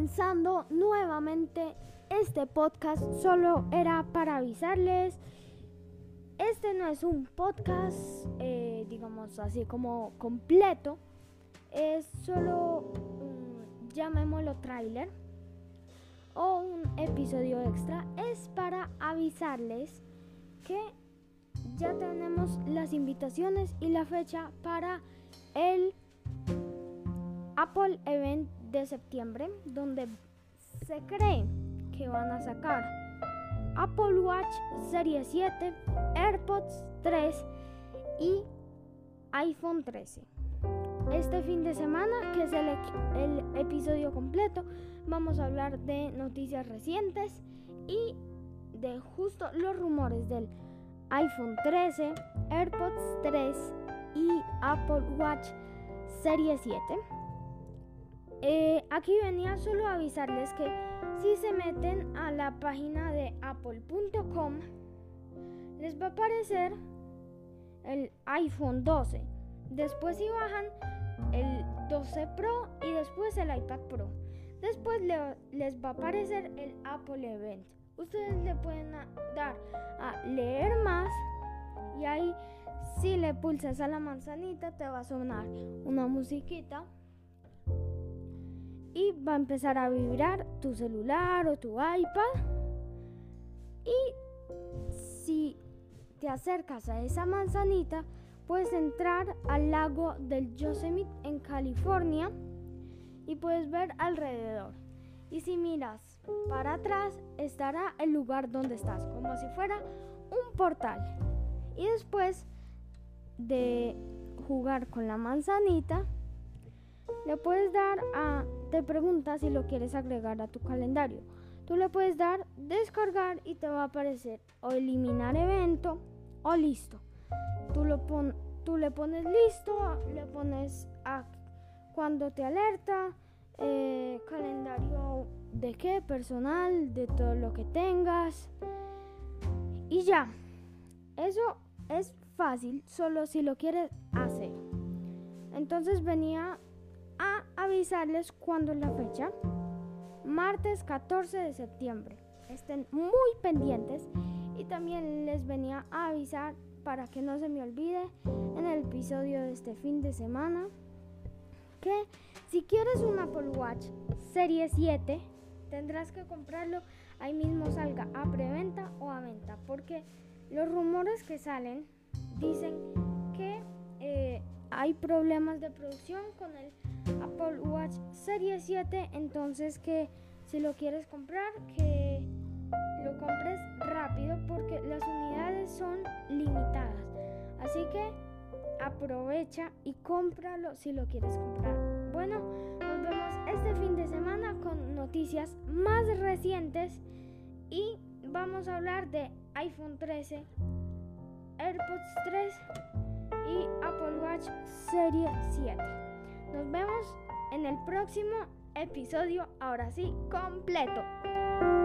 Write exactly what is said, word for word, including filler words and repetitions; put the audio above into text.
comenzando nuevamente este podcast. Solo era para avisarles, este no es un podcast, eh, digamos así como completo, es solo un, llamémoslo tráiler o un episodio extra. Es para avisarles que ya tenemos las invitaciones y la fecha para el Apple Event de septiembre, donde se cree que van a sacar Apple Watch Series siete, AirPods tres y iPhone trece. Este fin de semana, que es el, el episodio completo, vamos a hablar de noticias recientes y de justo los rumores del iPhone trece, AirPods tres y Apple Watch Series siete. Eh, aquí venía solo a avisarles que si se meten a la página de apple punto com les va a aparecer el iPhone doce, después si bajan el doce Pro y después el iPad Pro, después le, les va a aparecer el Apple Event. Ustedes le pueden a, dar a leer más y ahí si le pulsas a la manzanita te va a sonar una musiquita y va a empezar a vibrar tu celular o tu iPad. Y si te acercas a esa manzanita, puedes entrar al lago del Yosemite en California y puedes ver alrededor. Y si miras para atrás, estará el lugar donde estás, como si fuera un portal. Y después de jugar con la manzanita, le puedes dar a, te pregunta si lo quieres agregar a tu calendario. Tú le puedes dar descargar y te va a aparecer o eliminar evento o listo. Tú, lo pon, tú le pones listo, le pones a cuando te alerta, eh, calendario de qué, personal, de todo lo que tengas. Y ya, eso es fácil, solo si lo quieres hacer. Entonces venía a avisarles cuándo es la fecha. Martes catorce de septiembre. Estén muy pendientes. Y también les venía a avisar, para que no se me olvide, en el episodio de este fin de semana, que si quieres un Apple Watch Series siete, tendrás que comprarlo ahí mismo, salga a preventa o a venta, porque los rumores que salen dicen que eh, hay problemas de producción con el Apple Watch Series siete, entonces que si lo quieres comprar, que lo compres rápido porque las unidades son limitadas. Así que aprovecha y cómpralo si lo quieres comprar. Bueno, nos vemos este fin de semana con noticias más recientes y vamos a hablar de iPhone trece, AirPods tres y Apple Watch Series siete. Nos vemos en el próximo episodio, ahora sí, completo.